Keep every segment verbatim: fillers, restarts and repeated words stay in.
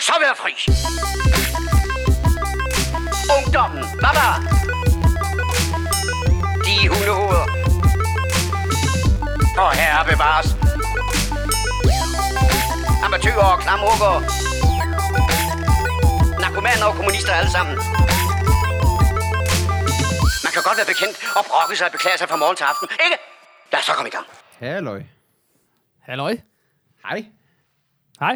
det så være fri. Ungdommen, baba. De hundehoveder. Og herre bevares. Amatører og klamrukker. Narkomaner og kommunister alle sammen. Man kan godt være bekendt og brokke sig og beklage sig fra morgen til aften, ikke? Lad os så komme i gang. Halløj. Halløj. Hej. Hej.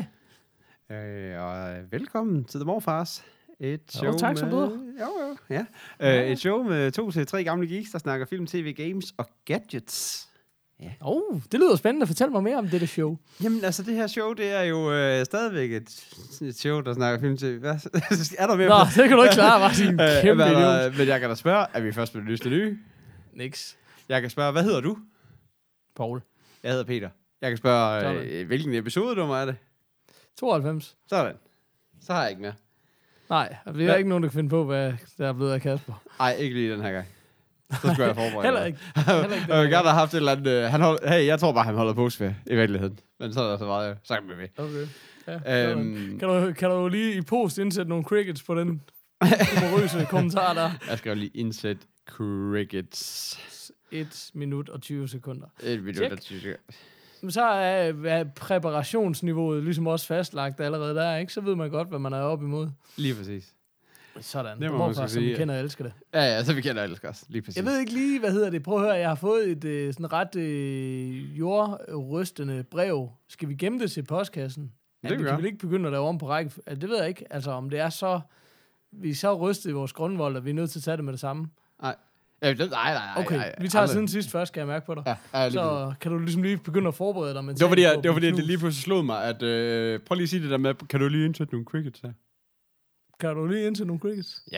Øh, og velkommen til The Morfars. Et show jo, tak som med... du. Jo, jo, ja. Øh, et show med to til tre gamle geeks, der snakker film, tv, games og gadgets. Ja. Oh, det lyder spændende. Fortæl mig mere om det show. Jamen, altså, det her show, det er jo øh, stadigvæk et, et show, der snakker film, tv. Hvad? Er der mere? Nå, det kan du ikke klare, bare sige en kæmpe øh, idiot. Men jeg kan da spørge, er vi først på det nyeste nye? Niks. Jeg kan spørge, hvad hedder du? Paul. Jeg hedder Peter. Jeg kan spørge, øh, hvilken episode nummer er det? tooghalvfems. Sådan. Så har jeg ikke mere. Nej, vi har ja. ikke nogen, der kan finde på, hvad der er blevet af Kasper. Nej, ikke lige den her gang. Så skulle jeg forberede Heller ikke. Heller ikke jeg vil gerne have haft et eller andet... Uh, han hold, hey, jeg tror bare, han holder påskeferie i virkeligheden. Men så er der så meget, så kan vi med. Okay. Ja, um, kan, du, kan du lige i post indsætte nogle crickets på den humorøse kommentar der? Jeg skal jo lige indsætte crickets. et minut og tyve sekunder. et minut Check. og tyve sekunder. Men så er, er præparationsniveauet ligesom også fastlagt allerede der, ikke? Så ved man godt, hvad man er op imod. Lige præcis. Sådan. Det må man faktisk, vi kender og elsker det. Ja, ja, så vi kender og elsker os. Lige præcis. Jeg ved ikke lige, hvad hedder det. Prøv at høre, jeg har fået et uh, sådan ret uh, jordrystende brev. Skal vi gemme det til postkassen? Det ja, vi gør. kan vel ikke begynde at lave om på række. Altså, det ved jeg ikke. Altså, om det er så... Vi er så rystet i vores grundvold, at vi er nødt til at tage det med det samme. Nej. Ja, det, nej, nej, nej. Okay, nej, vi tager aldrig. siden sidst først, skal jeg mærke på dig. Ja, ja, så kan du ligesom lige begynde at forberede dig. Det var fordi, jeg, det, var fordi det lige pludselig slog mig, at... Øh, prøv lige at sige det der med, kan du lige indsætte nogle crickets her? Kan du lige indsætte nogle crickets? Ja.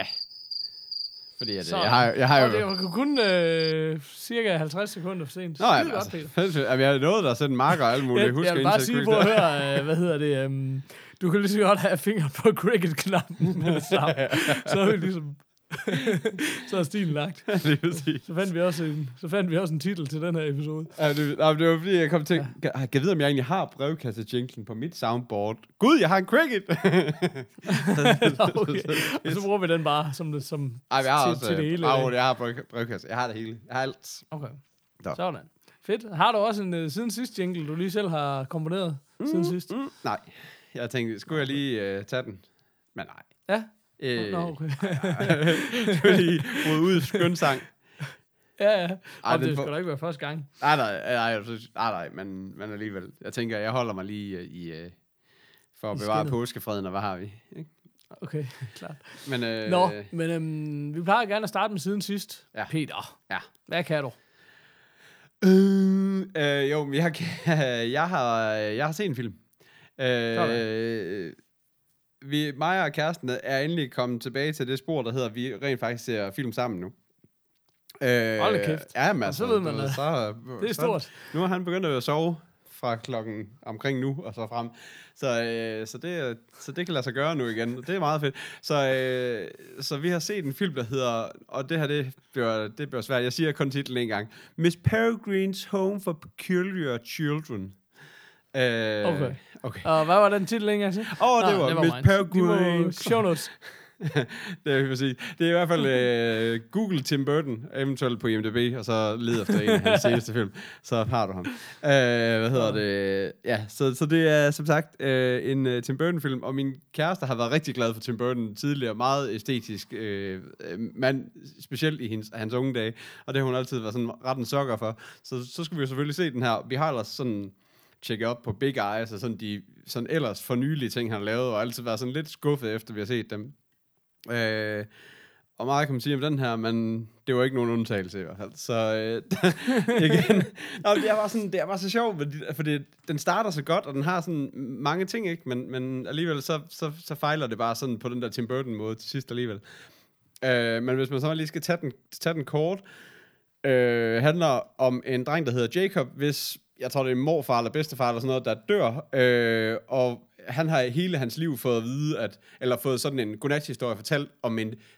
Fordi at, jeg har, jeg har jo... Og det var kun øh, cirka halvtreds sekunder for sent. Nå, ja, godt, altså, Peter. At vi har nået der at sætte marker og alt muligt. Jeg, jeg vil bare sige på at høre, øh, hvad hedder det... Um, du kan lige så godt have fingeren på cricket-knappen med det samme. Så er vi ligesom... så er stilen lagt. så fandt vi også en så fandt vi også en titel til den her episode. Ja, det, nej, det var fordi jeg kom til ja. Kan jeg vide om jeg egentlig har brevkasse-jinglen på mit soundboard. Gud, jeg har en cricket. Okay. Og så bruger vi den bare som det som Ej, jeg har til, også, til det hele. Åh, jeg har brev, brevkasse. Jeg har det hele. Jeg har alt. Okay. Så. Sådan. Fedt. Har du også en uh, siden sidst jingle du lige selv har komponeret mm, siden sidst? Mm, nej. Jeg tænkte, skulle jeg lige uh, tage den? Men nej. Ja. Øh, Nå, okay. Du lige rode ud skønsang. Ja, ja. Ej, det skal da ikke være første gang. Nej, nej, nej, nej, nej, men, men alligevel. Jeg tænker, jeg holder mig lige uh, i... Uh, for at bevare påskefreden, og hvad har vi? Ikke? Okay, klart. Men, øh, Nå, men øhm, vi plejer gerne at starte med siden sidst. Ja. Peter, ja. Hvad kan du? Øh, øh, jo, jeg, jeg, har, jeg har set en film. Øh, vi, mig og kæresten er endelig kommet tilbage til det spor, der hedder, vi rent faktisk ser film sammen nu. Øh, Hold kæft. Ja, men altså, så ved man det. Så, det er stort. Så, nu har han begyndt at sove fra klokken omkring nu og så frem. Så, øh, så, det, så det kan lade sig gøre nu igen. Det er meget fedt. Så, øh, så vi har set en film, der hedder, og det her, det bliver, det bliver svært. Jeg siger kun titlen en gang. Miss Peregrine's Home for Peculiar Children. Øh, okay. okay. Og hvad var den titel en gang til? Åh, oh, det var Miss Peregrine's... Show notes. det, er, sige. det er i hvert fald uh, Google Tim Burton, eventuelt på I M D B, og så led efter en af hans seneste film. Så har du ham. Uh, hvad hedder det? Ja, så, så det er som sagt uh, en uh, Tim Burton-film, og min kæreste har været rigtig glad for Tim Burton tidligere. Meget æstetisk uh, mand, specielt i hans, hans unge dage. Og det har hun altid været sådan ret en sokker for. Så, så skulle vi jo selvfølgelig se den her. Vi har ellers sådan... tjekke op på Big Eyes og sådan de sådan ellers for nylige ting, han har lavet, og altid været sådan lidt skuffet, efter vi har set dem. Øh, og meget kan man sige om den her, men det var ikke nogen undtagelse i hvert fald. Så øh, igen, Nå, det er bare sådan, det er bare så sjovt, fordi den starter så godt, og den har sådan mange ting, ikke? Men, men alligevel så, så, så fejler det bare sådan på den der Tim Burton måde til sidst alligevel. Øh, men hvis man så lige skal tage den, tage den kort, øh, handler om en dreng, der hedder Jacob, hvis jeg tror, det er morfar eller bedstefar eller sådan noget, der dør, øh, og han har hele hans liv fået at vide, at, eller fået sådan en godnat-historie fortalt om en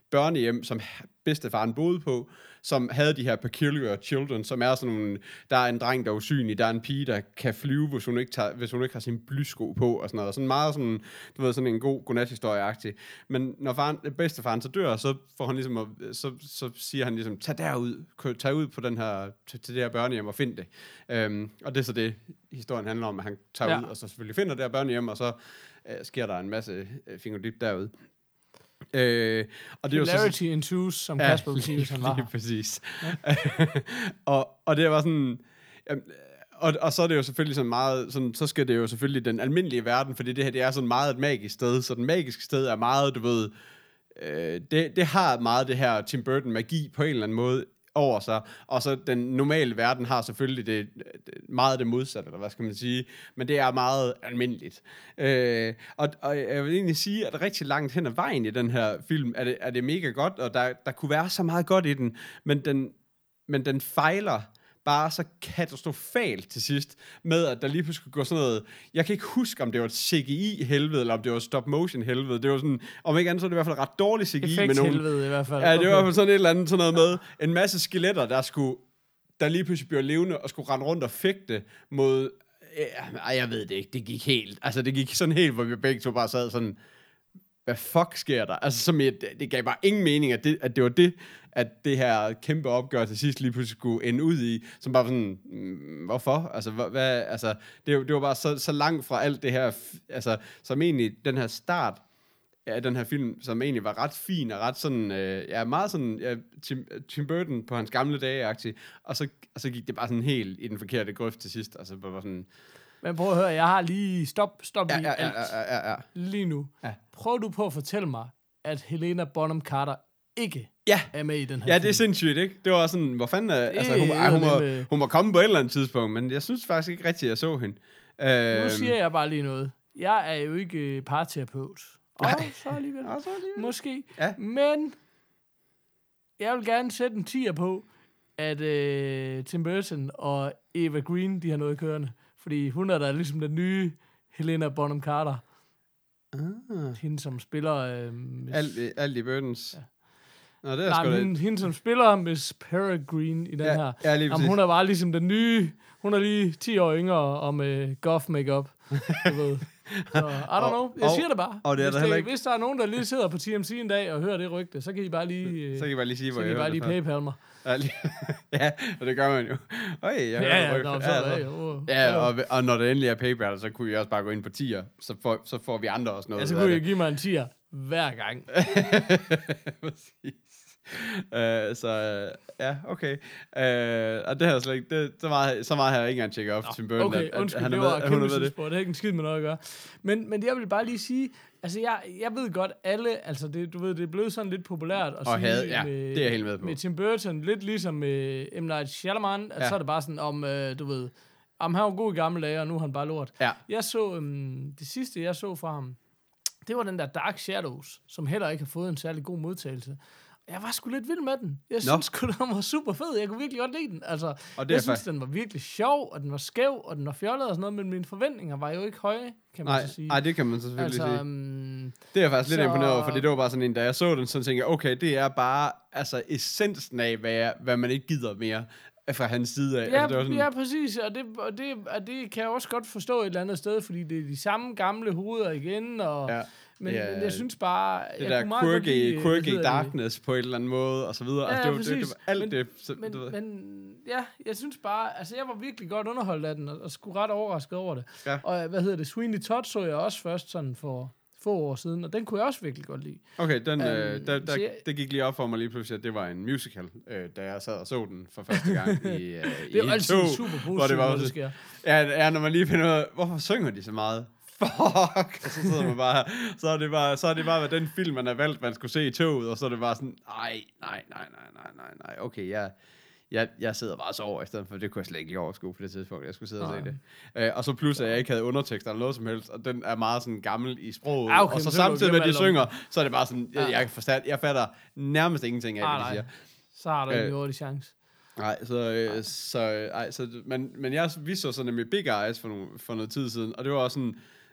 børnehjem, som bedstefaren boede på, som havde de her peculiar children, som er sådan nogle, der er en dreng, der er usynlig, der er en pige, der kan flyve, hvis hun ikke, tager, hvis hun ikke har sin blysko på, og sådan noget. Sådan meget sådan, du ved, sådan en god godnathistorie-agtig. Men når faren, bedstefaren så dør, så får han ligesom, så, så siger han ligesom, tag derud, tag ud på den her, til det her børnehjem og find det. Øhm, og det er så det, historien handler om, at han tager ja. ud, og så selvfølgelig finder det her børnehjem, og så øh, sker der en masse øh, fingerdip derude. Øh, og det Hilarity så, ensues, som ja, Kasper ville sige, hvis han var lige præcis. Ja. og, og det var sådan... Jamen, og, og så er det jo selvfølgelig sådan meget... Sådan, så skal det jo selvfølgelig den almindelige verden, fordi det her det er sådan meget et magisk sted, så den magiske sted er meget, du ved... Øh, det, det har meget det her Tim Burton-magi på en eller anden måde over sig, og så den normale verden har selvfølgelig det, meget det modsatte, eller hvad skal man sige, men det er meget almindeligt. Øh, og, og jeg vil egentlig sige, at rigtig langt hen ad vejen i den her film, er det, er det mega godt, og der, der kunne være så meget godt i den, men den, men den fejler bare så katastrofalt til sidst, med at der lige pludselig går sådan noget, jeg kan ikke huske, om det var et C G I-helvede, eller om det var stop-motion-helvede, det var sådan, om ikke andet, så er det i hvert fald ret dårligt C G I. Effekt-helvede i hvert fald. Ja, det var i hvert fald sådan et eller andet, sådan noget med, en masse skeletter, der skulle, der lige pludselig blev levende, og skulle rende rundt og fægte mod, ej, jeg ved det ikke, det gik helt, altså det gik sådan helt, hvor vi begge to bare sad sådan, hvad fuck sker der? Altså, som jeg, det gav bare ingen mening, at det, at det var det, at det her kæmpe opgør til sidst lige pludselig skulle ende ud i, som bare sådan, mm, hvorfor? Altså, hvad, hvad, altså det, det var bare så, så langt fra alt det her, altså, som egentlig, den her start af den her film, som egentlig var ret fin, og ret sådan, øh, ja, meget sådan, ja, Tim, Tim Burton på hans gamle dage-agtig, og så, og så gik det bare sådan helt i den forkerte grøft til sidst, altså bare sådan... Men prøv at høre, jeg har lige, stop, stop lige ja, ja, alt, ja, ja, ja. lige nu. Ja. Prøv du på at fortælle mig, at Helena Bonham Carter ikke ja. er med i den her Ja, film. det er sindssygt, ikke? Det var sådan, hvor fanden er, altså, hun, ej, hun, var, hun var kommet på et eller andet tidspunkt, men jeg synes faktisk ikke rigtigt, at jeg så hende. Nu øhm. siger jeg bare lige noget. Jeg er jo ikke parterapeut. Og så alligevel. Og så alligevel. Måske. Ja. Men jeg vil gerne sætte en tier på, at øh, Tim Burton og Eva Green, de har noget kørende. Fordi hun er da ligesom den nye Helena Bonham Carter. Ah. Hende, som spiller... Øh, Miss... Alt, alt i Burtons. Ja. Nå, det er Nej, sgu men hende, hende, som spiller Miss Peregrine i den ja, her. Ja, lige Jamen, hun er bare ligesom den nye... Hun er lige ti år yngre og med goth makeup. Du ved. Så, I don't know. Jeg og, siger det bare. Og det er hvis, der heller det, ikke... hvis der er nogen, der lige sidder på T M C en dag og hører det rygte, så kan I bare lige... Så kan I bare lige sige, hvor jeg jeg bare lige paypal mig. Ja, lige, ja, og det gør man jo. Øj, jeg ja, ja, ja, nå, så er det jo. Ja, og, og når det endelig er PayPal, så kunne I også bare gå ind på tier, så får, så får vi andre også noget. Ja, så kunne I give mig en tier hver gang. Præcis. Uh, så uh, ja, okay. Uh, og det har jeg slet ikke, det, så, meget, så meget har jeg ikke engang tjekket op til Tim Burton. Okay, at, undskyld, at han det ved, var kæmpe sidespor. Det har ikke en skid med noget at gøre. Men, men jeg vil bare lige sige, altså jeg, jeg ved godt, alle, altså det, du ved, det er blevet sådan lidt populært at og sige havde, ja, med, det er jeg helt med på. Med Tim Burton, lidt ligesom med M. Night Shyamalan, at ja. Så er det bare sådan om, øh, du ved, om han var god i gamle dage, og nu er han bare lort. Ja. Jeg så, øhm, det sidste jeg så fra ham, det var den der Dark Shadows, som heller ikke har fået en særlig god modtagelse. Jeg var sgu lidt vild med den. Jeg synes sgu, den var super fed. Jeg kunne virkelig godt lide den. Altså, og det jeg synes, faktisk... den var virkelig sjov, og den var skæv, og den var fjollet og sådan noget, men mine forventninger var jo ikke høje, kan man nej, så sige. Nej, det kan man så selvfølgelig altså, sige. Um, det er jeg faktisk så... lidt imponeret over, fordi det var bare sådan en, da jeg så den, så tænkte jeg, okay, det er bare altså essensen af, hvad, jeg, hvad man ikke gider mere fra hans side af. Ja, altså, det var sådan... ja præcis, og det, og, det, og det kan jeg også godt forstå et eller andet sted, fordi det er de samme gamle hoveder igen, og... Ja. Men, ja, men jeg synes bare... Det jeg der quirky, quirky darkness det. På en eller anden måde, og så videre. Ja, altså, det, ja, var, det, det var alt men, det. Så, men, du ved. men ja, jeg synes bare... Altså, jeg var virkelig godt underholdt af den, og, og skulle ret overrasket over det. Ja. Og hvad hedder det? Sweeney Todd så jeg også først sådan for få år siden, og den kunne jeg også virkelig godt lide. Okay, den, um, øh, der, der, jeg, det gik lige op for mig lige pludselig, at det var en musical, øh, da jeg sad og så den for første gang i øh, Det er i jo altid to, super positivt, hvor det var når også, det sker. Ja, ja, når man lige finder ud af, hvorfor synger de så meget? Fuck! Og så sidder man bare her. Så er det bare, så er det bare været den film, man har valgt, man skulle se i toget, og så er det bare sådan, nej, nej, nej, nej, nej, nej, nej, okay, jeg, jeg, jeg sidder bare så over i stedet for, det kunne jeg slet ikke lige overskue på det tidspunkt, jeg skulle sidde og se det. Øh, og så plus, at jeg ikke havde undertekster eller noget som helst, og den er meget sådan gammel i sproget, ah, okay, og så så samtidig med, at de synger, så er det bare sådan, jeg, ja. jeg, forstår, jeg fatter nærmest ingenting af, ah, hvad de siger. Så har du ikke øh, en jordig chance. Nej, så, øh, så, øh, ej, så men, men jeg, vi så så nemlig Big Eyes for, nogle, for noget tid siden, og det var også sådan,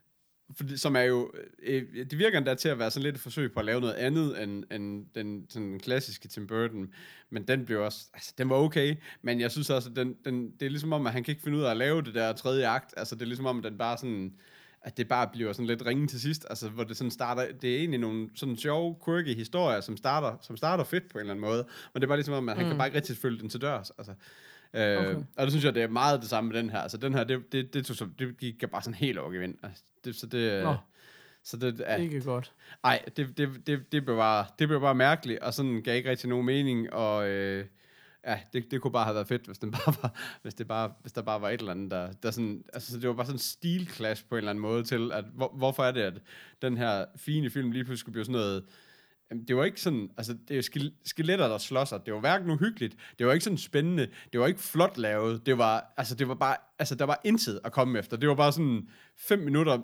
fordi, som er jo, øh, det virker endda til at være sådan lidt et forsøg på at lave noget andet end, end den sådan klassiske Tim Burton, men den blev også, altså den var okay, men jeg synes også, at den, den, det er ligesom om, at han kan ikke finde ud af at lave det der tredje akt, altså det er ligesom om, at den bare sådan, at det bare bliver sådan lidt ringe til sidst, altså hvor det sådan starter, det er egentlig nogle sådan sjove, quirky historier, som starter, som starter fedt på en eller anden måde, men det er bare ligesom om, at han mm. kan bare ikke rigtig følge den til dørs, altså. Øh, okay. Og det synes jeg, det er meget det samme med den her. Altså den her, det, det, det, det, det gik bare sådan helt over gevind. Altså, det, så det... Nå. Så det er ikke godt. Nej, det, det, det, det, blev bare, det blev bare mærkeligt, og sådan gav ikke rigtig nogen mening, og øh, ja, det, det kunne bare have været fedt, hvis, den bare var, hvis, det bare, hvis der bare var et eller andet, der, der sådan, altså så det var bare sådan en stilclash på en eller anden måde til, at hvor, hvorfor er det, at den her fine film lige pludselig skulle blive sådan noget. Det var ikke sådan, altså det er jo skeletter, der slår sig. Det var hverken uhyggeligt. Det var ikke sådan spændende. Det var ikke flot lavet. Det var, altså det var bare, altså der var intet at komme efter. Det var bare sådan fem minutter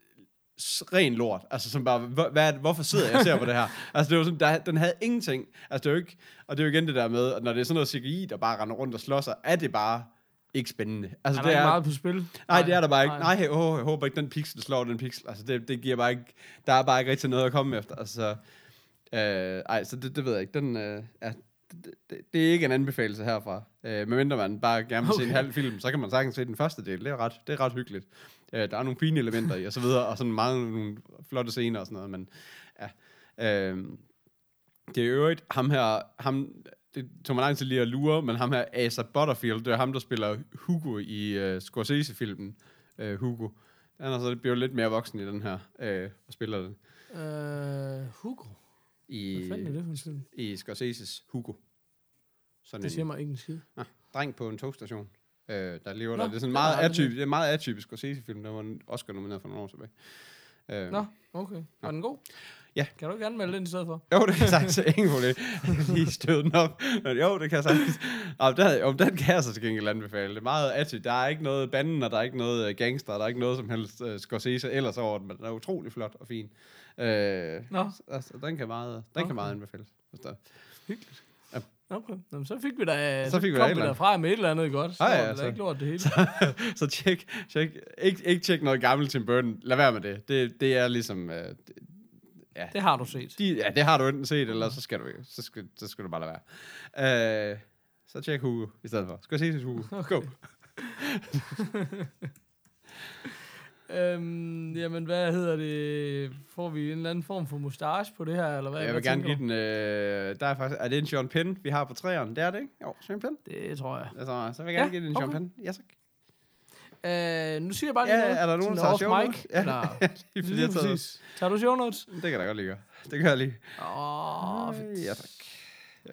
ren lort. Altså som bare, hvad er det, hvorfor sidder jeg og ser på det her? Altså det var sådan, der, den havde ingenting. Altså det var ikke, og det er jo igen det der med, at når det er sådan noget C G I, der bare render rundt og slår sig, er det bare ikke spændende. Altså, er det der er ikke meget på spil? Nej, det er der bare ikke. Nej, nej åh, jeg håber ikke, den pixel slår den pixel. Altså det, det giver bare ikke, der er bare ikke rigtig noget at komme efter. Altså Øh, ej, så det, det ved jeg ikke. Den, øh, ja, det, det, det er ikke en anbefaling herfra. Øh, medmindre man bare gerne vil okay. se en halv film, så kan man sagtens se den første del. Det er ret, det er ret hyggeligt. Øh, der er nogle fine elementer i, og så videre, og sådan meget nogle flotte scener og sådan noget, men ja. Øh, det er jo øvrigt ham her, ham, det tog mig lang tid lige at lure, men ham her, Asa Butterfield, det er ham, der spiller Hugo i uh, Scorsese-filmen uh, Hugo. Han er så bliver lidt mere voksen i den her, uh, og spiller den. Uh, Hugo? I, Hvad fanden er det for en film? I Scorseses Hugo. Sådan det siger mig ikke en skid. Ah, dreng på en togstation. Øh, der lever Nå, der. Det er sådan meget atypisk, det er meget atypisk Scorsese-film. Der var en Oscar nomineret for nogle år tilbage. Øh, Nå, okay. Var den god? Ja. Kan du ikke anmelde den i stedet for? Jo, det kan jeg sagtens. Ingen problem. Jeg kan lige støde den op. Men jo, det kan jeg sagtens. Om den, om den kan jeg så til gengæld anbefale. Det er meget atypisk. Der er ikke noget banden, og der er ikke noget gangster, der er ikke noget som helst uh, Scorsese ellers over den, men den er utrolig flot og fin. Øh, Nå. Altså, den kan meget, den okay. kan meget anbefales. Der. Hyggeligt. Ja. Okay. Nå, så fik vi da, så fik vi kom vi derfra med et eller andet godt. Så ah, ja, så, ikke lort det hele. Så, så tjek, tjek. Ikke, ikke tjek noget gammelt Tim Burton. Lad være med det. Det, det er ligesom... Uh, det, ja. Det har du set. De, ja, det har du enten set, eller så skal du ikke. Så skal, så skal du bare lade være. Uh, så tjek Hugo i stedet for. Skal jeg se Hugo? Okay. Go. Øhm, jamen, hvad hedder det? Får vi en eller anden form for mustache på det her, eller hvad? Jeg vil gerne give den, øh, der er faktisk, er det en Sean Penn, vi har på træerne? Det er det, ikke? Jo, Sean Penn. Det tror jeg. Det tror jeg. Så vil jeg gerne ja, give den en okay. Sean Penn. Ja, tak. Øh, nu siger jeg bare lige ja, noget. Er der nogen, der tager show notes? Ja, eller, lige, lige præcis. Tager du show notes? Det kan jeg da godt lige gøre. Det kan jeg lige. Åh, oh, fedt. Ja, tak. Ja.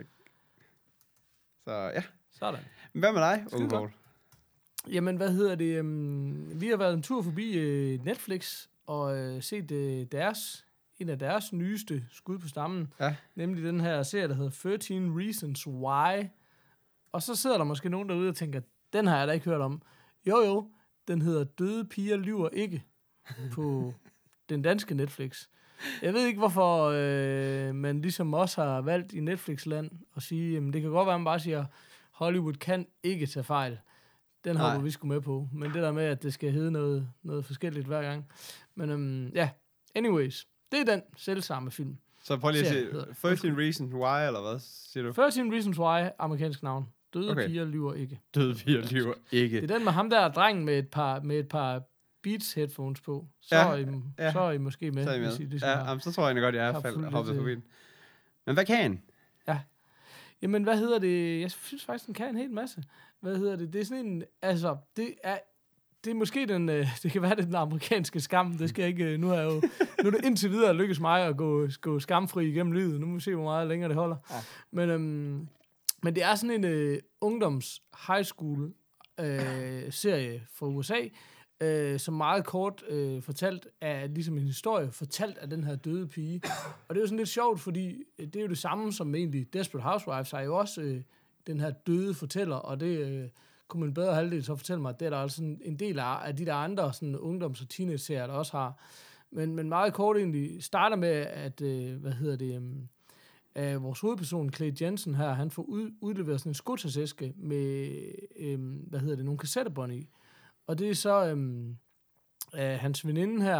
Så, ja. Sådan. Hvad med dig, Unge Poul? Jamen, hvad hedder det? Um, vi har været en tur forbi uh, Netflix og uh, set uh, deres, en af deres nyeste skud på stammen. Ja. Nemlig den her serie, der hedder thirteen Reasons Why. Og så sidder der måske nogen derude og tænker, den har jeg da ikke hørt om. Jo jo, den hedder Døde piger lyver ikke på den danske Netflix. Jeg ved ikke, hvorfor øh, man ligesom også har valgt i Netflix-land at sige, jamen det kan godt være, at man bare siger, Hollywood kan ikke tage fejl. Den har du vi sgu med på. Men det der med, at det skal hedde noget, noget forskelligt hver gang. Men øhm, ja, anyways. Det er den selvsamme film. Så prøv lige at sige, thirteen Reasons Why, eller hvad siger du? thirteen Reasons Why, amerikansk navn. Døde okay. piger lyver ikke. Døde piger lyver ikke. Det er den med ham der drengen med et par, med et par Beats headphones på. Så, ja, er, I, ja. så er I måske med. Så, er I med. Hvis I ligesom ja, jamen, så tror jeg godt, jeg er faldet hoppet forbi den. Men hvad kan han? Ja. Jamen, hvad hedder det? Jeg synes faktisk, den kan en hel masse. Hvad hedder det? Det er sådan en... Altså, det er... Det er måske den... Øh, det kan være, det den amerikanske skam. Det skal jeg ikke... Nu har jeg jo... Nu er det indtil videre lykkes mig at gå, gå skamfri igennem livet. Nu må vi se, hvor meget længere det holder. Ja. Men, øhm, men det er sådan en øh, ungdoms high school øh, serie fra U S A, øh, som meget kort øh, fortalt er ligesom en historie, fortalt af den her døde pige. Og det er jo sådan lidt sjovt, fordi det er jo det samme som egentlig Desperate Housewives er jo også øh, den her døde fortæller, og det øh, kunne man bedre halvdel så fortælle mig, at det er der altså en del af, af de der andre sådan, ungdoms- og teenage-serier, der også har. Men, men meget kort egentlig starter med, at, øh, hvad hedder det, øh, vores hovedperson, Clay Jensen her, han får ud, udleveret sådan en skotagsæske med, øh, hvad hedder det, nogle kassettebånd i. Og det er så øh, øh, hans veninde her,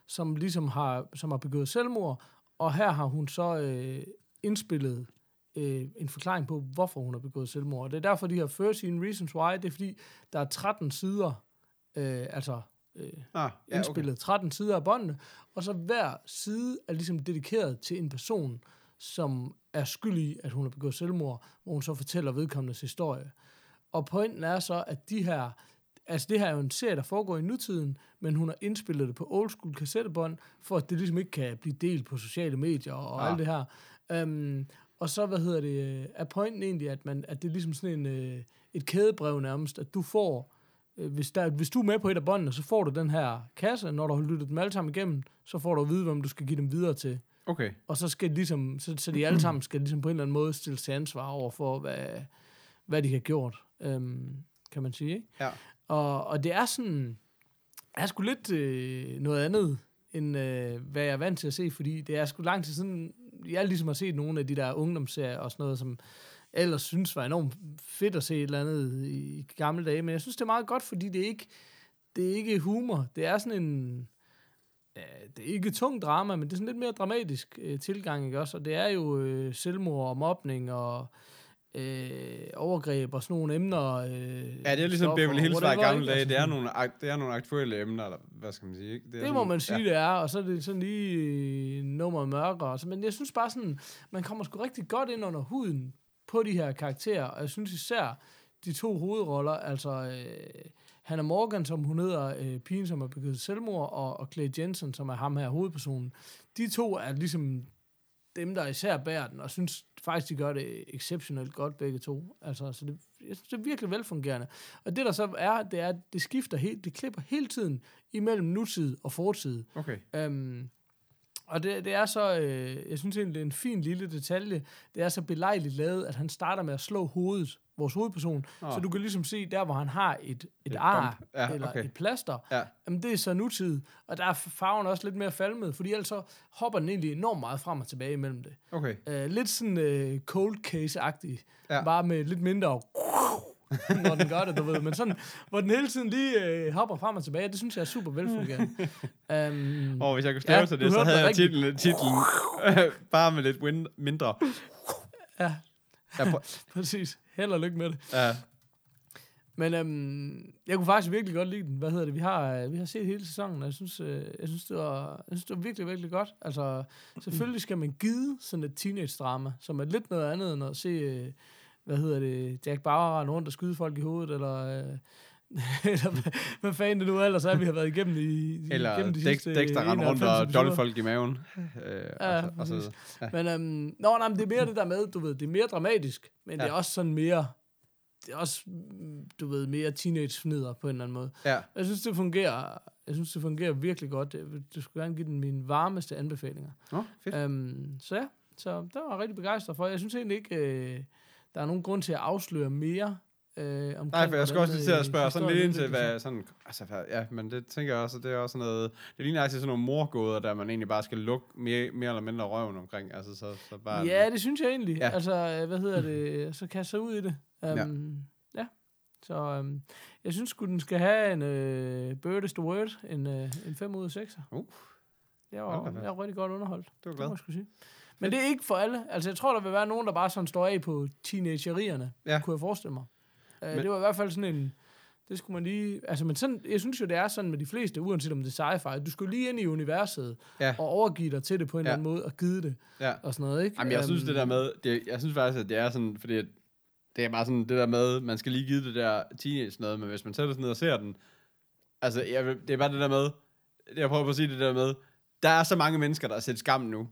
som ligesom har, som har begået selvmord, og her har hun så øh, indspillet øh, en forklaring på, hvorfor hun har begået selvmord. Og det er derfor, de her thirteen Reasons Why, det er fordi, der er tretten sider, øh, altså øh, ah, ja, indspillet okay. tretten sider af båndene, og så hver side er ligesom dedikeret til en person, som er skyld i, at hun har begået selvmord, hvor hun så fortæller vedkommendes historie. Og pointen er så, at de her, altså det her er jo en serie, der foregår i nutiden, men hun har indspillet det på old school kassettebånd, for at det ligesom ikke kan blive delt på sociale medier og ja. alt det her. Um, og så, hvad hedder det, er pointen egentlig, at, man, at det er ligesom sådan en, uh, et kædebrev nærmest, at du får, uh, hvis, der, hvis du er med på et af båndene, så får du den her kasse, når du har lyttet dem alle sammen igennem, så får du at vide, hvem du skal give dem videre til. Okay. Og så skal ligesom, så, så de alle sammen skal ligesom på en eller anden måde stille til ansvar over for, hvad, hvad de har gjort, um, kan man sige, ikke? Ja. Og, og det er sådan, er sgu lidt øh, noget andet, end øh, hvad jeg er vant til at se, fordi det er sgu lang tid siden, jeg ligesom har set nogle af de der ungdomsserier og sådan noget, som ellers synes var enormt fedt at se et eller andet i gamle dage, men jeg synes, det er meget godt, fordi det er ikke, det er ikke humor, det er sådan en, ja, det er ikke tung drama, men det er sådan lidt mere dramatisk øh, tilgang, ikke også, og det er jo øh, selvmord og mobning og Øh, overgreb og sådan nogle emner. Øh, ja, det er ligesom Beverly Hills var i gamle dage. Det er, nogle, det er nogle aktuelle emner, eller hvad skal man sige? Ikke? Det, det sådan, må man sige, ja. ja. det er, og så er det sådan lige nummer mørkere. Så, men jeg synes bare sådan, man kommer sgu rigtig godt ind under huden på de her karakterer, og jeg synes især de to hovedroller, altså øh, Hannah Morgan, som hun hedder, øh, pigen, som har begået selvmord, og, og Clay Jensen, som er ham her, hovedpersonen. De to er ligesom dem, der især bærer den, og synes faktisk, de gør det exceptionelt godt, begge to. Altså, så det, jeg synes, det er virkelig velfungerende. Og det, der så er, det er, at det skifter helt, det klipper hele tiden imellem nutid og fortid. Okay. Um, og det, det er så, øh, jeg synes egentlig, det er en fin lille detalje. Det er så belejligt lavet, at han starter med at slå hovedet, vores hovedperson, oh. så du kan ligesom se, der hvor han har et, et, et ar, ja, eller okay. et plaster, ja. jamen det er så nutid, og der er farven også lidt mere falmet, fordi ellers så hopper den egentlig enormt meget frem og tilbage imellem det. Okay. Uh, lidt sådan uh, cold case-agtigt, ja. bare med lidt mindre når den gør det, du ved, men sådan, hvor den hele tiden lige uh, hopper frem og tilbage, det synes jeg er super velfungerende. um, og hvis jeg kunne stave ja, til det, så havde jeg titlen, titlen bare med lidt win- mindre. Ja, ja præcis. Held og lykke med det. Ja. Men øhm, jeg kunne faktisk virkelig godt lide den. Hvad hedder det? Vi har, vi har set hele sæsonen, og jeg synes, øh, jeg synes, det var, jeg synes, det var virkelig, virkelig godt. Altså, selvfølgelig skal man give sådan et teenage-drama, som er lidt noget andet, end at se, øh, hvad hedder det, Jack Bauer rende rundt og skyde folk i hovedet, eller... Øh, eller hvad, hvad fanden det nu ellers er, vi har været igennem i eller igennem de sidste Dexter rende rundt og dolde folk i maven. Øh, ja, og så, og så, ja. Men, øhm, nå, nej, men det er mere det der med, du ved, det er mere dramatisk, men ja. det er også sådan mere, det er også, du ved, mere teenage-fnider på en eller anden måde. Ja. Jeg synes, det fungerer, jeg synes, det fungerer virkelig godt. Du skulle gerne give den mine varmeste anbefalinger. Nå, fedt. Øhm, så ja, så der var jeg rigtig begejstret for. Jeg synes egentlig ikke, øh, der er nogen grund til at afsløre mere. Øh, Nej, for jeg skal også lige til at spørge sådan lidt ind til, hvad sådan, altså, ja, men det tænker jeg også, det er også noget, det ligner altså sådan nogle morgåder, der man egentlig bare skal lukke mere, mere eller mindre røven omkring, altså så, så bare... Ja, det synes jeg egentlig, ja. altså, hvad hedder det, så kaste sig ud i det. Um, ja. ja, så um, jeg synes sgu, den skal have en uh, Bird is the word, en, uh, en fem ud af seks. Uh. Jeg var, jeg var rigtig godt underholdt. Det var glad. Det må jeg sige. Men det er ikke for alle, altså jeg tror, der vil være nogen, der bare sådan står af på teenagerierne, ja. kunne jeg forestille mig. Men, det var i hvert fald sådan en, det skulle man lige, altså men sådan, jeg synes jo, det er sådan med de fleste, uanset om det er sci-fi, du skulle lige ind i universet, ja. og overgive dig til det på en ja. eller anden måde, og give det, ja. og sådan noget, ikke? Jamen jeg synes um, det der med, det, jeg synes faktisk, at det er sådan, fordi det er bare sådan, det der med, man skal lige give det der teenage noget, men hvis man sætter sig ned og ser den, altså jeg, det er bare det der med, jeg prøver på at sige det der med, der er så mange mennesker, der har set Skam nu,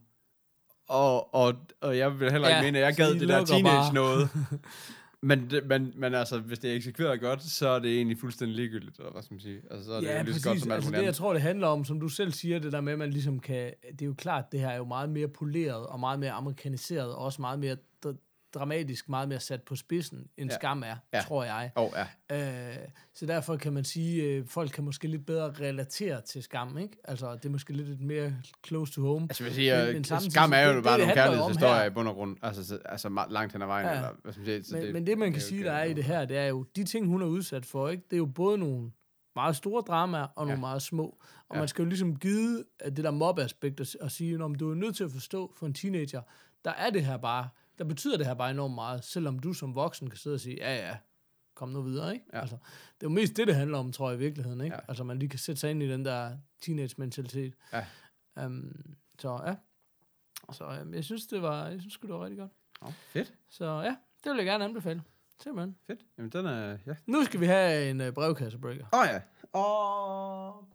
og, og, og jeg vil heller ikke ja, mene, at jeg gad det der teenage bare. noget. Men, det, men, men altså, hvis det er eksekveret godt, så er det egentlig fuldstændig ligegyldigt, eller hvad skal man sige. Altså, så er det ja, jo lige så godt som alt altså, det, jeg tror, det handler om, som du selv siger, det der med, at man ligesom kan... Det er jo klart, det her er jo meget mere poleret, og meget mere amerikaniseret, og også meget mere dr- dramatisk, meget mere sat på spidsen, end ja. Skam er, ja. tror jeg. Oh, ja. øh, så derfor kan man sige, øh, folk kan måske lidt bedre relatere til Skam, ikke? Altså, det er måske lidt mere close to home. Altså, jeg siger, men, men Skam er jo det, bare det, nogle kærlighedshistorier i bund og grund, altså, altså langt hen ad vejen. Ja. Eller, hvad skal man sige, men, det, men det, man kan det sige, der er i det her, det er jo, de ting, hun er udsat for, ikke? Det er jo både nogle meget store dramaer og nogle Ja. meget små. Og Ja. man skal jo ligesom give det der mob-aspekt og, og sige, at du er nødt til at forstå for en teenager, der er det her bare, der betyder det her bare enormt meget, selvom du som voksen kan sidde og sige, ja ja, kom nu videre, ikke? Ja. Altså, det er jo mest det, det handler om, tror jeg, i virkeligheden, ikke? Ja. Altså, man lige kan sætte sig ind i den der teenage-mentalitet. Ja. Um, så ja. Så um, jeg synes, det var, jeg synes det var rigtig godt. Oh, fedt. Så ja, det vil jeg gerne anbefale. Simpelthen. Fedt. Jamen, den er... Ja. Nu skal vi have en uh, brevkassebreaker. Åh, oh, ja. Åh... Oh.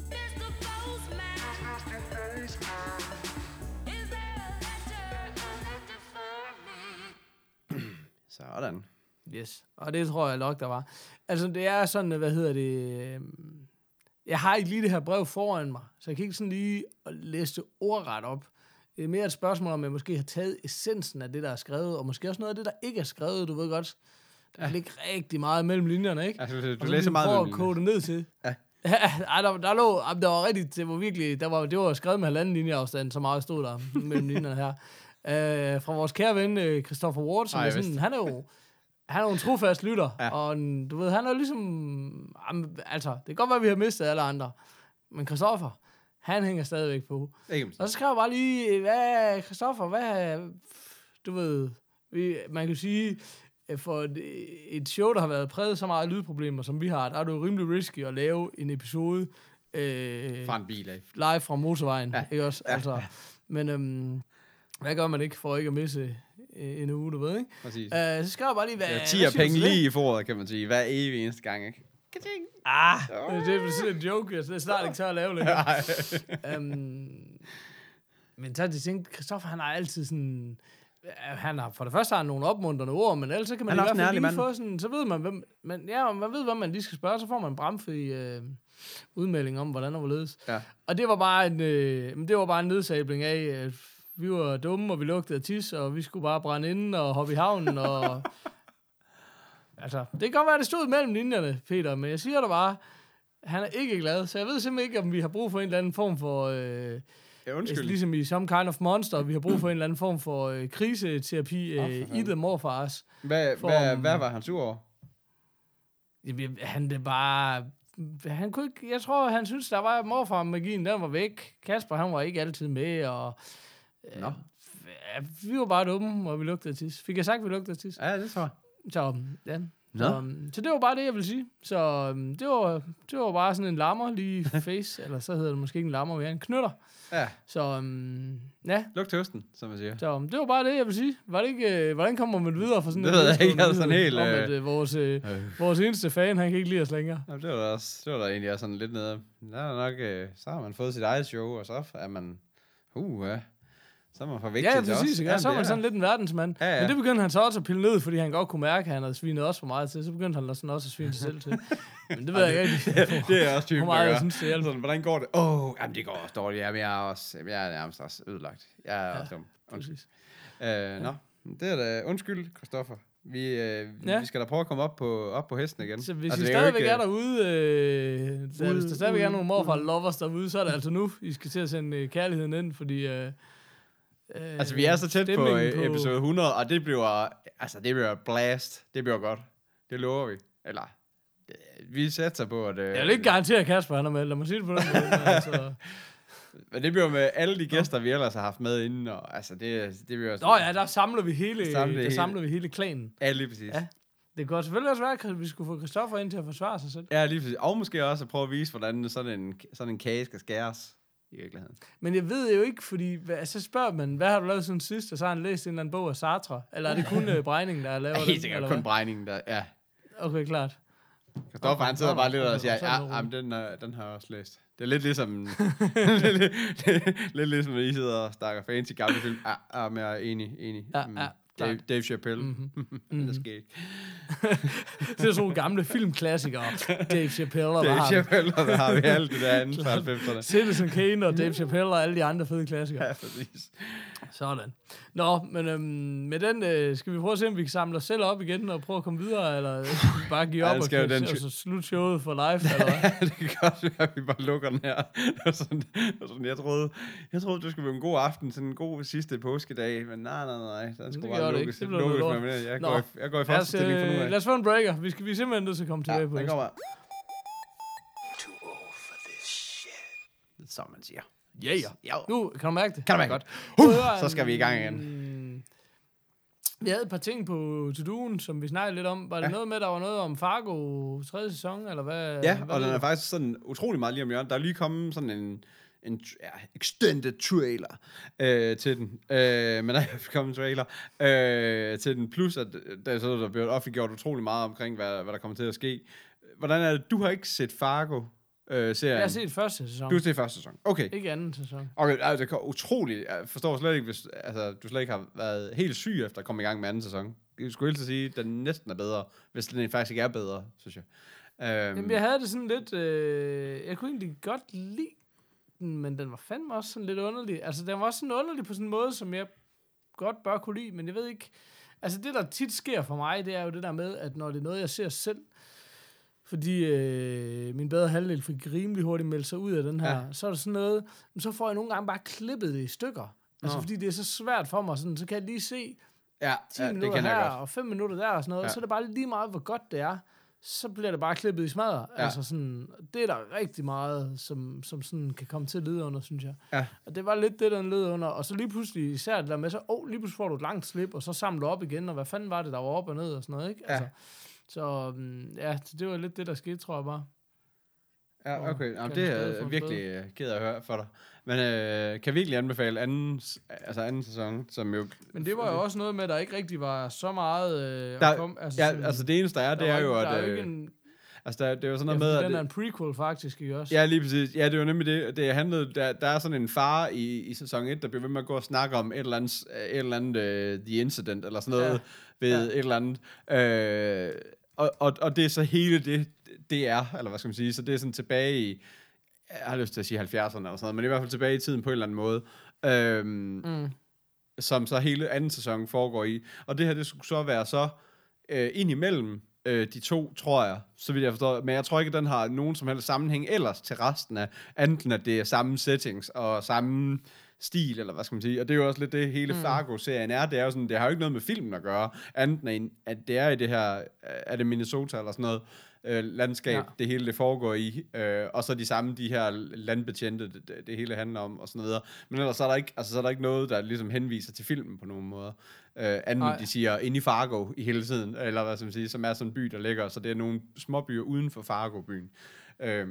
Sådan. Yes, og det tror jeg nok, der var. Altså, det er sådan, hvad hedder det... Øh, jeg har ikke lige det her brev foran mig, så jeg kan ikke sådan lige læse det ordret op. Det er mere et spørgsmål, om jeg måske har taget essensen af det, der er skrevet, og måske også noget af det, der ikke er skrevet, du ved godt. Der ligger rigtig meget mellem linjerne, ikke? Altså, du, du og så læser meget prøver mellem at kode det ned til. Ja. Ej, der, der lå, der var rigtig, det var virkelig, der var, det var skrevet med halvanden linjeafstand, så meget stod der mellem linjerne her. Øh, fra vores kære ven, Christopher Ward, som Ej, er sådan, han er jo, han er jo en trofast lytter, Ja. og en, du ved, han er jo ligesom, jamen, altså, det kan godt være, at vi har mistet alle andre, men Christopher, han hænger stadigvæk på. Ikke Og så skrev jeg bare lige, hvad, Christopher, hvad, du ved, vi, man kan sige, for et, et show, der har været præget så meget af lydproblemer, som vi har, der er det jo rimelig risky at lave en episode øh, fra en bil af. live fra motorvejen, Ja. ikke også? Ja. Altså, men øhm, hvad gør man ikke for ikke at misse øh, en uge, du ved, ikke? Præcis. Øh, så skrev jeg bare lige, hvad... Ja, hvad ti er siger du penge til det? lige i foråret, kan man sige. Hver evig eneste gang, ikke? Ah, det er sådan en joke, jeg snart ikke tør at lave længere. øhm, men så har de tænkt, Christoffer, han har altid sådan... Han har, for det første har han nogle opmuntrende ord, men ellers så kan man Han i er hvert også en fald ærlig lige få sådan, så ved man, hvem, man, ja, man ved, hvad man lige skal spørge, så får man en bramfri øh, udmelding om, hvordan og hvorledes. Ja. Og det var bare en, øh, det var bare en nedsabling af, at vi var dumme, og vi lugtede af tis, og vi skulle bare brænde inden og hoppe i havnen, og... altså, det kan godt være, det stod mellem linjerne, Peter, men jeg siger dig bare, han er ikke glad, så jeg ved simpelthen ikke, om vi har brug for en eller anden form for... Øh, Ja, undskyld. ligesom i Some Kind of Monster, vi har brug for en eller anden form for øh, kriseterapi øh, Åh, for i fanden. The Morfars. Hvad, For- hvad, hvad var han sur over? Jamen, han det bare... Han kunne ikke, jeg tror, han synes, der var morfar-magien, den var væk. Kasper, han var ikke altid med, og... Øh, Nå. ja, vi var bare dumme, og vi lugtede af tis. Fik jeg sagt, at vi lugtede af tis? Ja, det tror jeg. Så, ja. Nå. Så, um, så det var bare det, jeg ville sige. Så um, det, var, det var bare sådan en lammer lige face, eller så hedder det måske ikke en lammer, mere en knytter. Ja, Så um, ja, luk til høsten, som man siger. så um, det var bare det, jeg vil sige. Var det ikke, øh, hvordan kommer man videre for sådan Det en ved jeg ikke, nedslående altså sådan nyhed helt, om, øh, at øh, vores, øh, Øh. vores eneste fan, han kan ikke lide os længere. Ja, det var da også, det var da egentlig også sådan lidt nede. Der er nok, øh, så har man fået sit eget show, og så er man, uh, ja, så er man for vigtig Ja, til præcis. os. Ja, så er man det sådan lidt en verdensmand. Ja, ja. Men det begyndte han så også at pille ned, fordi han godt kunne mærke, at han havde svinet også for meget til. Så begyndte han sådan også at svine sig selv til. Men det ved jeg ikke rigtig. det er også typen, Hvor meget der jeg gør. synes, det hjælper. Sådan, hvordan går det? Åh, oh, jamen det går også dårligt. Jamen, jeg er også, jeg er nærmest også ødelagt. Jeg er Ja, også dum. Undskyld. Præcis. Øh, nå, det er da undskyld, Christoffer. Vi, øh, Ja. vi skal da prøve at komme op på, op på hesten igen. Så hvis Altså, I det er jo stadigvæk ikke, er derude, øh, der, Ude, hvis der stadigvæk er ude, nogle morfar lovers derude, så er det altså nu, I skal til at sende øh, kærligheden ind, fordi... Øh, øh, Altså, vi er så tæt på, stemningen øh, episode hundrede, og det bliver, altså, det bliver blast. Det bliver godt. Det lover vi. Eller, det, vi sætter på, at... Øh, Jeg vil ikke garantere, at Kasper han er med, lad mig sige det på den måde. men altså. Men det bliver med alle de gæster, vi ellers har haft med inden, og altså, det, det bliver... Nå ja, der samler vi hele, Samler det der hele. samler vi hele klanen. Ja, lige præcis. Ja. Ja. Det kunne selvfølgelig også være, at vi skulle få Christoffer ind til at forsvare sig selv. Ja, lige præcis. Og måske også at prøve at vise, hvordan sådan en, sådan en kage skal skæres i virkeligheden. Men jeg ved jo ikke, fordi hvad, så spørger man, hvad har du lavet siden sidst? Og så har han læst en eller anden bog af Sartre. Eller er det kun uh, Brejning, der laver Ja, det? helt sikkert eller kun hvad? Brejningen, der... Ja. Okay, klart. Christoffer, han sidder Okay, bare lidt og okay, siger, så er det ja, roligt. jamen, den, er, den har jeg også læst. Det er lidt ligesom, lidt, lidt, lidt ligesom, at I sidder og snakker fancy gamle film. Ja, ja, men jeg er enig, enig. Ja, Mm, ja, Dave, klart. Dave Chappelle. Mm-hmm. det sker ikke. Det er sådan nogle gamle filmklassikere. Dave Chappelle og hvad Dave har vi? Chappelle, og hvad har vi alt det der andet fra halvfemserne? Citizen Kane og Dave Chappelle og alle de andre fede klassikere. Ja, præcis. Sådan. Nå, men øhm, med den øh, skal vi prøve at se, om vi kan samle os selv op igen og prøve at komme videre, eller skal vi bare give Ja, op det og, skal jo kan, den- og så slutte showet for live, eller hvad? det kan godt være, at vi bare lukker den her. Og sådan, og sådan, jeg, troede, jeg troede, det skulle være en god aften, sådan en god sidste påskedag, men nej, nej, nej, den Det skulle gjorde bare det lukkes. ikke. Det blev noget lukkes lort. med, jeg, Nå. går i, jeg går i Lad første os, stilling for nu øh, af. lad os få en breaker. Vi, skal, vi er simpelthen nødt til at komme tilbage Ja, på den det. kommer. som man siger. Ja, ja. Ja. Nu kan du mærke det. Kan du mærke Godt. Uh, så skal vi i gang igen. Mm, vi havde et par ting på to-doen, som vi snakkede lidt om. Var det ja. noget med, der var noget om Fargo tredje sæson, eller hvad? Ja, hvad og den er faktisk sådan utrolig meget lige om hjørnet. Der er lige kommet sådan en, en ja, extended trailer øh, til den. Øh, men der er kommet en trailer øh, til den. Plus, at der er så der bliver offentliggjort utrolig meget omkring, hvad, hvad der kommer til at ske. Hvordan er det? Du har ikke set Fargo? Øh, serien. Jeg har set første sæson. Du har set første sæson. Okay. Ikke anden sæson. Okay, altså, det er utroligt. Jeg forstår slet ikke, hvis altså, du slet ikke har været helt syg efter at komme i gang med anden sæson. Jeg skulle helt sige, at den næsten er bedre, hvis den faktisk ikke er bedre, synes jeg. Um, Jamen, jeg havde det sådan lidt... Øh, jeg kunne egentlig godt lide den, men den var fandme også sådan lidt underlig. Altså, den var også sådan underlig på sådan en måde, som jeg godt bør kunne lide, men jeg ved ikke... Altså, det der tit sker for mig, det er jo det der med, at når det er noget, jeg ser selv, fordi øh, min bedre halvdel fik rimelig hurtigt meldt sig ud af den her, ja. Så er det sådan noget, så får jeg nogle gange bare klippet det i stykker. Altså, fordi det er så svært for mig, sådan, så kan jeg lige se ja, ti ja, minutter her, og fem minutter der, og sådan noget, ja. Så er det bare lige meget, hvor godt det er, så bliver det bare klippet i smadret. Ja. Altså sådan, det er der rigtig meget, som, som sådan kan komme til at lide under, synes jeg. Ja. Og det var lidt det, den led under, og så lige pludselig, især det der med, så oh, lige pludselig får du et langt slip, og så samler du op igen, og hvad fanden var det, der var op og ned, og sådan noget, ikke? Altså, ja. Så ja, det var lidt det, der skete, tror jeg bare. Ja, okay. Jamen, det er jeg virkelig ked af at høre for dig. Men øh, kan virkelig anbefale anden, altså anden sæson, som jo... Men det var jo også noget med, at der ikke rigtig var så meget... Øh, der, kom, altså, ja, sådan, altså det eneste, der er, det er jo, at... Der er jo ikke en, altså, der, det er jo sådan noget ja, med... den at er en prequel, faktisk, ikke også? Ja, lige præcis. Ja, det var nemlig det. Det handlede... Der, der er sådan en far i, i sæson et, der bliver ved med at gå og snakke om et eller andet, et eller andet uh, The Incident, eller sådan noget, ja. ved ja. et eller andet... Øh, og, og, og det er så hele det, det er, eller hvad skal man sige, så det er sådan tilbage i... Jeg har lyst til at sige halvfjerdserne eller sådan noget, men i hvert fald tilbage i tiden på en eller anden måde, øhm, mm. som så hele anden sæson foregår i. Og det her, det skulle så være så øh, ind imellem øh, de to, tror jeg, så vidt jeg forstår. Men jeg tror ikke, at den har nogen som helst sammenhæng ellers til resten af, enten at det er samme settings og samme stil, eller hvad skal man sige. Og det er jo også lidt det, hele mm. Fargo-serien er. Det er jo sådan, det har jo ikke noget med filmen at gøre, andet end at det er i det her, er det Minnesota eller sådan noget, Øh, landskab, ja. Det hele det foregår i, øh, og så de samme, de her landbetjente, det, det, det hele handler om, og sådan videre. Men ellers så er der ikke, altså, så er der ikke noget, der ligesom henviser til filmen på nogen måder. Øh, anden, de siger, inde i Fargo i hele tiden, eller hvad skal man sige, som er sådan en by, der ligger, så det er nogle små byer uden for Fargo-byen. Øh,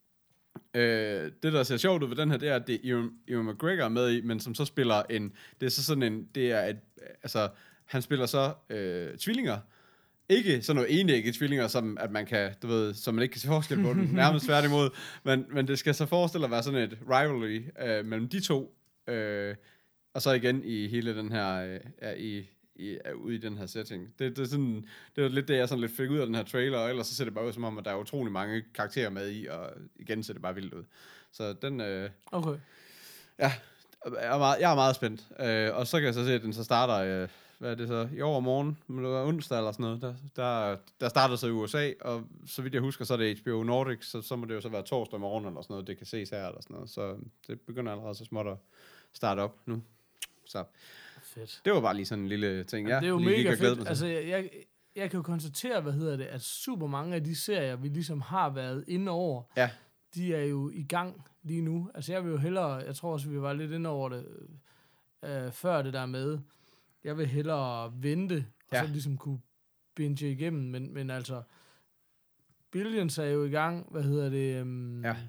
øh, det, der ser sjovt ud ved den her, det er, at det er Ewan, Ewan McGregor med i, men som så spiller en, det er så sådan en, det er et, altså, han spiller så øh, tvillinger, ikke sådan noget enægget tvillinger, som at man kan, du ved, som man ikke kan se forskel på den, nærmest tværtimod, men, men det skal så forestille at være sådan et rivalry øh, mellem de to, øh, og så igen i hele den her, øh, ja, i, i, ude i den her setting. Det, det, er sådan, det er lidt det, jeg sådan lidt fik ud af den her trailer, og ellers så ser det bare ud som om, at der er utrolig mange karakterer med i, og igen ser det bare vildt ud. Så den, øh, okay. Ja, jeg er meget, jeg er meget spændt, øh, og så kan jeg så se, at den så starter... Øh, hvad er det så, i overmorgen, men det var onsdag eller sådan noget, der, der, der startede så i U S A, og så vidt jeg husker, så er det H B O Nordic, så, så må det jo så være torsdag morgen eller sådan noget, det kan ses her eller sådan noget, så det begynder allerede så småt at starte op nu. Så fedt. Det var bare lige sådan en lille ting, ja. Det er jo mega fedt, altså jeg, jeg, jeg kan jo konstatere, hvad hedder det, at super mange af de serier, vi ligesom har været inde over, ja. De er jo i gang lige nu, altså jeg vil jo hellere, jeg tror også, vi var lidt inde over det, øh, før det der med, jeg vil hellere vente, og ja. Så ligesom kunne binge igennem, men, men altså, Billions er jo i gang, hvad hedder det, um, ja.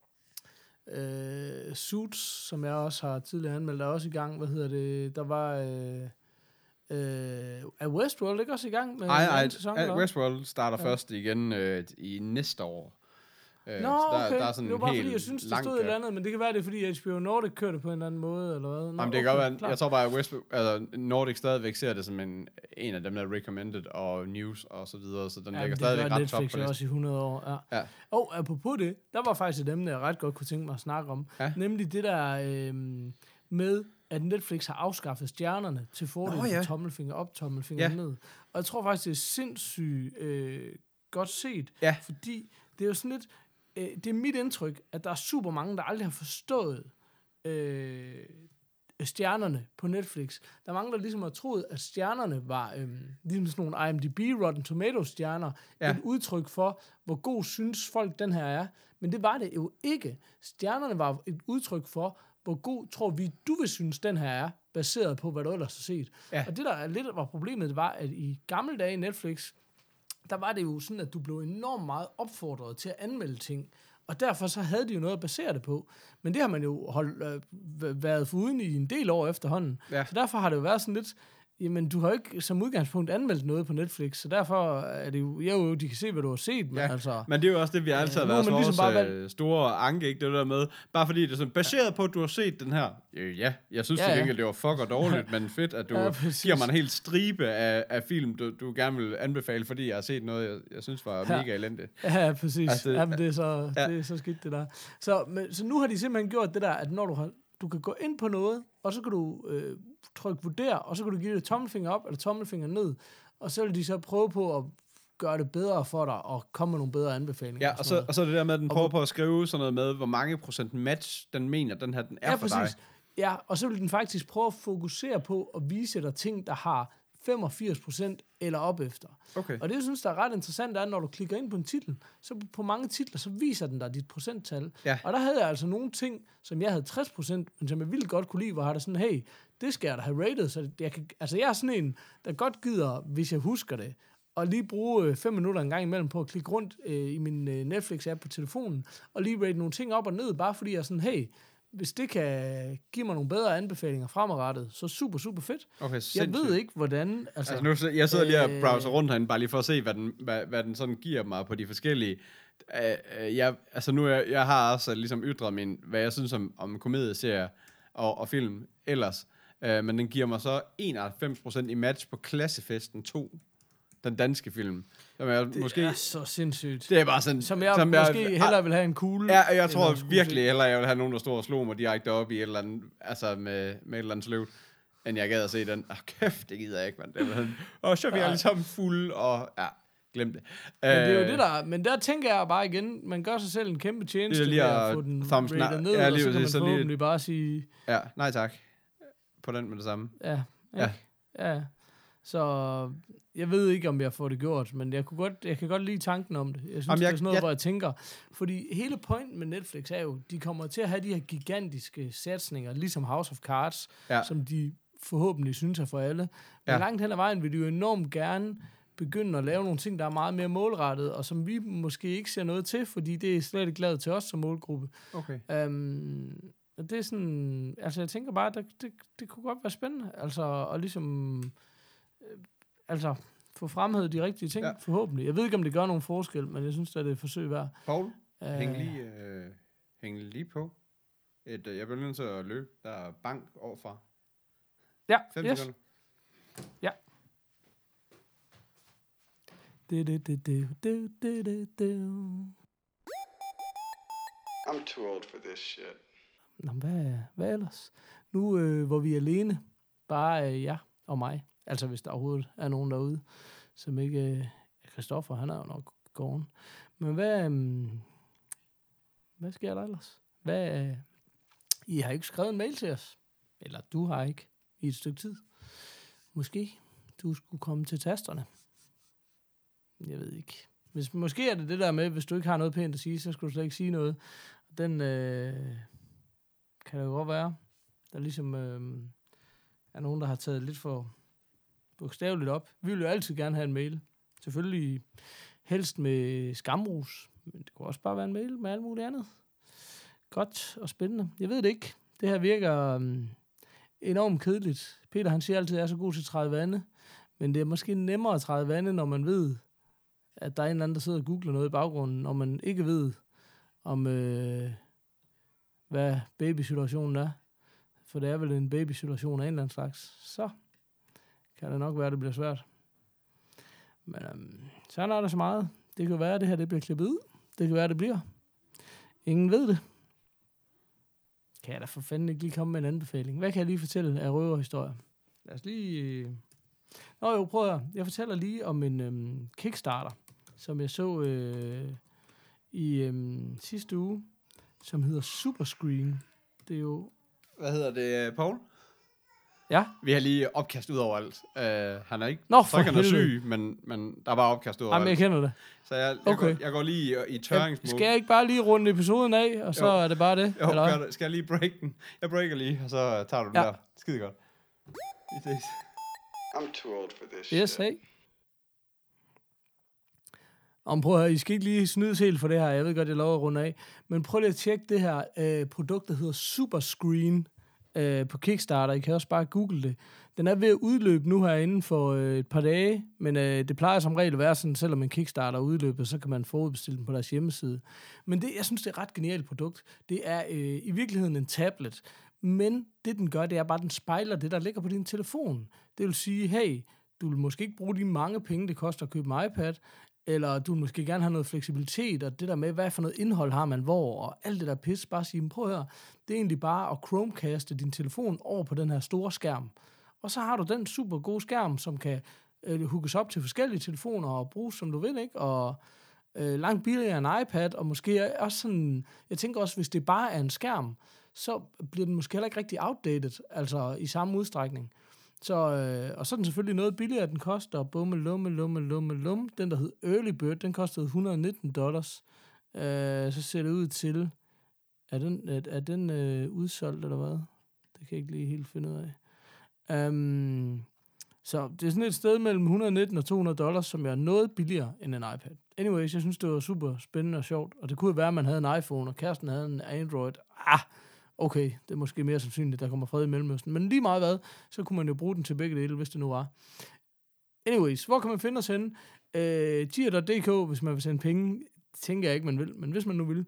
øh, Suits, som jeg også har tidligere anmeldt, er også i gang, hvad hedder det, der var, øh, øh, er Westworld ikke også i gang med ej, ej, sæson? Nej, Westworld starter ja. først igen øh, i næste år. Nå, no, okay. Der, der er sådan det var bare fordi, jeg synes, det stod et eller andet, men det kan være, det er fordi H B O Nordic kørte på en eller anden måde, eller hvad? Nå, Jamen, det okay, kan godt være, jeg tror bare, at West, altså, Nordic stadigvæk ser det som en, en af dem, der er recommended, og news, og så videre, så den ja, ligger stadigvæk ret top på Netflix også i hundrede år, ja. ja. Og apropos det, der var faktisk et emne, jeg ret godt kunne tænke mig at snakke om, ja. Nemlig det der øh, med, at Netflix har afskaffet stjernerne til fordel for ja. Tommelfinger op, tommelfinger ja. Ned. Og jeg tror faktisk, det er sindssygt øh, godt set, ja. Fordi det er jo sådan lidt, det er mit indtryk, at der er super mange, der aldrig har forstået øh, stjernerne på Netflix. Der er mange, der ligesom har troet, at stjernerne var øhm, ligesom sådan nogle I M D B, Rotten Tomatoes stjerner, ja. Et udtryk for, hvor god synes folk den her er. Men det var det jo ikke. Stjernerne var et udtryk for, hvor god tror vi, du vil synes den her er, baseret på, hvad du ellers har set. Ja. Og det, der lidt var problemet, det var, at i gamle dage i Netflix, der var det jo sådan, at du blev enormt meget opfordret til at anmelde ting. Og derfor så havde de jo noget at basere det på. Men det har man jo holdt, øh, været foruden i en del år efterhånden. Ja. Så derfor har det jo været sådan lidt, jamen du har jo ikke som udgangspunkt anmeldt noget på Netflix, så derfor er det jo, jo, de kan se, hvad du har set. Men, ja, altså, men det er jo også det, vi altid har været ligesom vores bare, store anke, ikke? Det der med, bare fordi det er sådan, baseret på, at du har set den her. Øh, ja, jeg synes ja, til gengæld, det var fucker dårligt, men fedt, at du ja, giver mig en helt stribe af, af film, du, du gerne vil anbefale, fordi jeg har set noget, jeg, jeg synes var ja. mega elendigt. Ja, præcis. Altså, det, Jamen, det, er så, ja. det er så skidt, det der. Så, men, så nu har de simpelthen gjort det der, at når du har du kan gå ind på noget, og så kan du øh, trykke vurdere, og så kan du give det tommelfinger op, eller tommelfinger ned, og så vil de så prøve på at gøre det bedre for dig, og komme med nogle bedre anbefalinger. Ja, og så, og så det der med, at den prøver på at skrive sådan noget med, hvor mange procent match den mener, den her den er ja, for præcis. dig. Ja, og så vil den faktisk prøve at fokusere på at vise dig ting, der har femogfirs procent eller op efter. Okay. Og det, jeg synes, der er ret interessant, er, når du klikker ind på en titel, så på mange titler, så viser den dig dit procenttal. Ja. Og der havde jeg altså nogle ting, som jeg havde tres procent, men som jeg vildt godt kunne lide, hvor jeg der sådan, hey, det skal jeg da have rated, så jeg kan, altså jeg er sådan en, der godt gider, hvis jeg husker det, og lige bruge fem minutter en gang imellem på at klikke rundt øh, i min øh, Netflix-app på telefonen, og lige rate nogle ting op og ned, bare fordi jeg er sådan, hey, hvis det kan give mig nogle bedre anbefalinger fremadrettet, så super, super fedt. Okay, jeg ved ikke, hvordan... Altså, altså nu, jeg sidder lige og browser rundt herinde, bare lige for at se, hvad den, hvad, hvad den sådan giver mig på de forskellige... Uh, jeg, altså nu, jeg, jeg har også ligesom ytret min, hvad jeg synes om, om komedieserier og, og film ellers, uh, men den giver mig så enoghalvfems procent i match på Klassefesten to, den danske film. Som jeg det måske, er så sindssygt. Det er bare sådan... Som jeg som måske jeg, hellere vil have en kugle. Ja, jeg tror virkelig hellere, jeg vil have nogen, der stod og slog mig direkte op i et eller andet, altså med, med et eller andet sløvt, end jeg gad at se den. Åh, oh, kæft, det gider jeg ikke, mand. Det og så er vi alle sammen fulde, og ja, glem det. Men det er jo det der, men der tænker jeg bare igen, man gør sig selv en kæmpe tjeneste ved at få den rated ned, ja, og så kan man så forhåbentlig lige... bare sige... Ja, nej tak. På den med det samme. Ja, ikke? Ja. Ja. Så jeg ved ikke, om jeg får det gjort, men jeg, kunne godt, jeg kan godt lide tanken om det. Jeg synes, Jamen, jeg, det er sådan noget, jeg... hvor jeg tænker... Fordi hele pointen med Netflix er jo, de kommer til at have de her gigantiske satsninger, ligesom House of Cards, ja. som de forhåbentlig synes er for alle. Men ja. langt hen ad vejen vil de jo enormt gerne begynde at lave nogle ting, der er meget mere målrettet, og som vi måske ikke ser noget til, fordi det er slet ikke lavet til os som målgruppe. Okay. Um, det er sådan... Altså, jeg tænker bare, det, det, det kunne godt være spændende. Altså, og ligesom... Altså, få fremhævet de rigtige ting, ja. forhåbentlig. Jeg ved ikke, om det gør nogen forskel, men jeg synes, at det er et forsøg værd. Paul, uh, hæng, lige, øh, hæng lige på. Et, øh, jeg bliver nødt til at løbe. Der er bank overfra. Ja, Fem yes. sekunder. Ja. Du, du, du, du, du, du, du. I'm too old for this shit. Nå, hvad, hvad ellers? Nu, øh, hvor vi er alene, bare øh, ja og mig. Altså, hvis der overhovedet er nogen derude, som ikke... Øh, Christoffer, han er jo nok gården. Men hvad... Øh, hvad sker der ellers? Hvad... Øh, I har ikke skrevet en mail til os. Eller du har ikke i et stykke tid. Måske du skulle komme til tasterne. Jeg ved ikke. Hvis, måske er det det der med, hvis du ikke har noget pænt at sige, så skal du slet ikke sige noget. Den øh, kan det jo godt være. Der ligesom øh, er nogen, der har taget lidt for bogstaveligt op. Vi vil jo altid gerne have en mail. Selvfølgelig helst med skamrus. Men det kunne også bare være en mail med alt muligt andet. Godt og spændende. Jeg ved det ikke. Det her virker øh, enormt kedeligt. Peter, han siger altid, at jeg er så god til at træde vande. Men det er måske nemmere at træde vande, når man ved, at der er en eller anden, der sidder og googler noget i baggrunden, når man ikke ved, om øh, hvad babysituationen er. For det er vel en babysituation af en eller anden slags. Så kan det nok være, at det bliver svært. Men øhm, så er der så meget. Det kan være, at det her det bliver klippet ud. Det kan være, at det bliver. Ingen ved det. Kan jeg da for fanden ikke lige komme med en anbefaling? Hvad kan jeg lige fortælle af røverhistorier? Lad os lige... Nå jo, prøv at høre. Jeg fortæller lige om en øhm, Kickstarter, som jeg så øh, i øhm, sidste uge, som hedder Superscreen. Det er jo... Hvad hedder det, Paul? Ja. Vi har lige opkast ud over alt. Uh, han er ikke Nå, for han er helvede. syg, men, men der er bare opkast ud over Jamen, jeg alt. kender det. Så jeg, jeg, Okay. går, jeg går lige i, i Ja, tørringsmål. skal jeg ikke bare lige runde episoden af, og så Jo. er det bare det? Jo, eller? gør det. Skal jeg lige break den? Jeg breaker lige, og så tager du den Ja. der. Skide godt. Vi ses. I'm too old for this Yes, shit. hey. Om prøv at høre, I skal ikke lige snydes helt for det her. Jeg ved godt, jeg lover at runde af. Men prøv lige at tjekke det her øh, produkt, der hedder Superscreen øh, på Kickstarter. I kan også bare google det. Den er ved at udløbe nu her inden for øh, et par dage, men øh, det plejer som regel at være sådan, selvom en Kickstarter er udløbet, så kan man forudbestille den på deres hjemmeside. Men det, jeg synes, det er et ret genialt produkt. Det er øh, i virkeligheden en tablet, men det den gør, det er bare, at den spejler det, der ligger på din telefon. Det vil sige, hey, du vil måske ikke bruge de mange penge, det koster at købe en iPad, eller du vil måske gerne have noget fleksibilitet, og det der med, hvad for noget indhold har man hvor, og alt det der pis, bare sige, prøv at høre, det er egentlig bare at Chromecaste din telefon over på den her store skærm. Og så har du den super gode skærm, som kan øh, hookes op til forskellige telefoner og bruges, som du vil, ikke? Og øh, langt billigere end en iPad, og måske også sådan, jeg tænker også, hvis det bare er en skærm, så bliver den måske heller ikke rigtig outdated, altså i samme udstrækning. Så, øh, og så er den selvfølgelig noget billigere, den koster, bumme, lumme, lumme, lumme, lumme. Den, der hed Early Bird, den kostede et hundrede og nitten dollars. Øh, så ser det ud til, er den, er, er den øh, udsolgt, eller hvad? Det kan jeg ikke lige helt finde ud af. Um, så det er sådan et sted mellem et hundrede og nitten og to hundrede dollars, som er noget billigere end en iPad. Anyways, jeg synes, det var super spændende og sjovt, og det kunne være, at man havde en iPhone, og kæresten havde en Android. Ah, okay, det er måske mere sandsynligt, der kommer fred i Mellemøsten. Men lige meget hvad, så kunne man jo bruge den til begge dele, hvis det nu var. Anyways, hvor kan man finde os henne? Uh, Gear punktum d k, hvis man vil sende penge, tænker jeg ikke, man vil, men hvis man nu vil.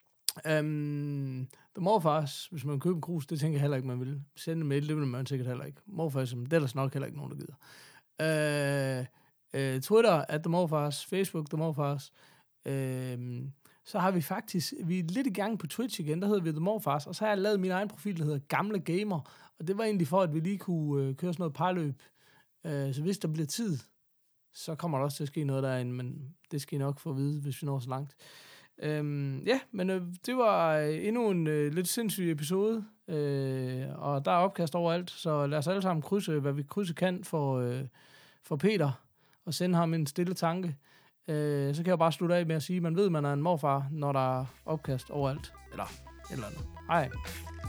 Um, The Morfars, hvis man køber en krus, det tænker jeg heller ikke, man vil. Sende en mail, det vil man sikkert heller ikke. Morfars, det er der nok heller ikke nogen, der gider. Uh, uh, Twitter, at The Morfars, Facebook, The Morfars. Uh, så har vi faktisk, vi er lidt i gang på Twitch igen, der hedder vi The Morfars, og så har jeg lavet min egen profil, der hedder Gamle Gamer, og det var egentlig for, at vi lige kunne uh, køre sådan noget parløb. Uh, så hvis der bliver tid, så kommer der også til at ske noget derinde, men det skal I nok få at vide, hvis vi når så langt. Øhm, ja, men øh, det var øh, endnu en øh, lidt sindssyg episode, øh, og der er opkast overalt, så lad os alle sammen krydse, hvad vi krydse kan for, øh, for Peter, og sende ham en stille tanke. Øh, så kan jeg bare slutte af med at sige, at man ved, at man er en morfar, når der er opkast overalt, eller et eller andet. Hej.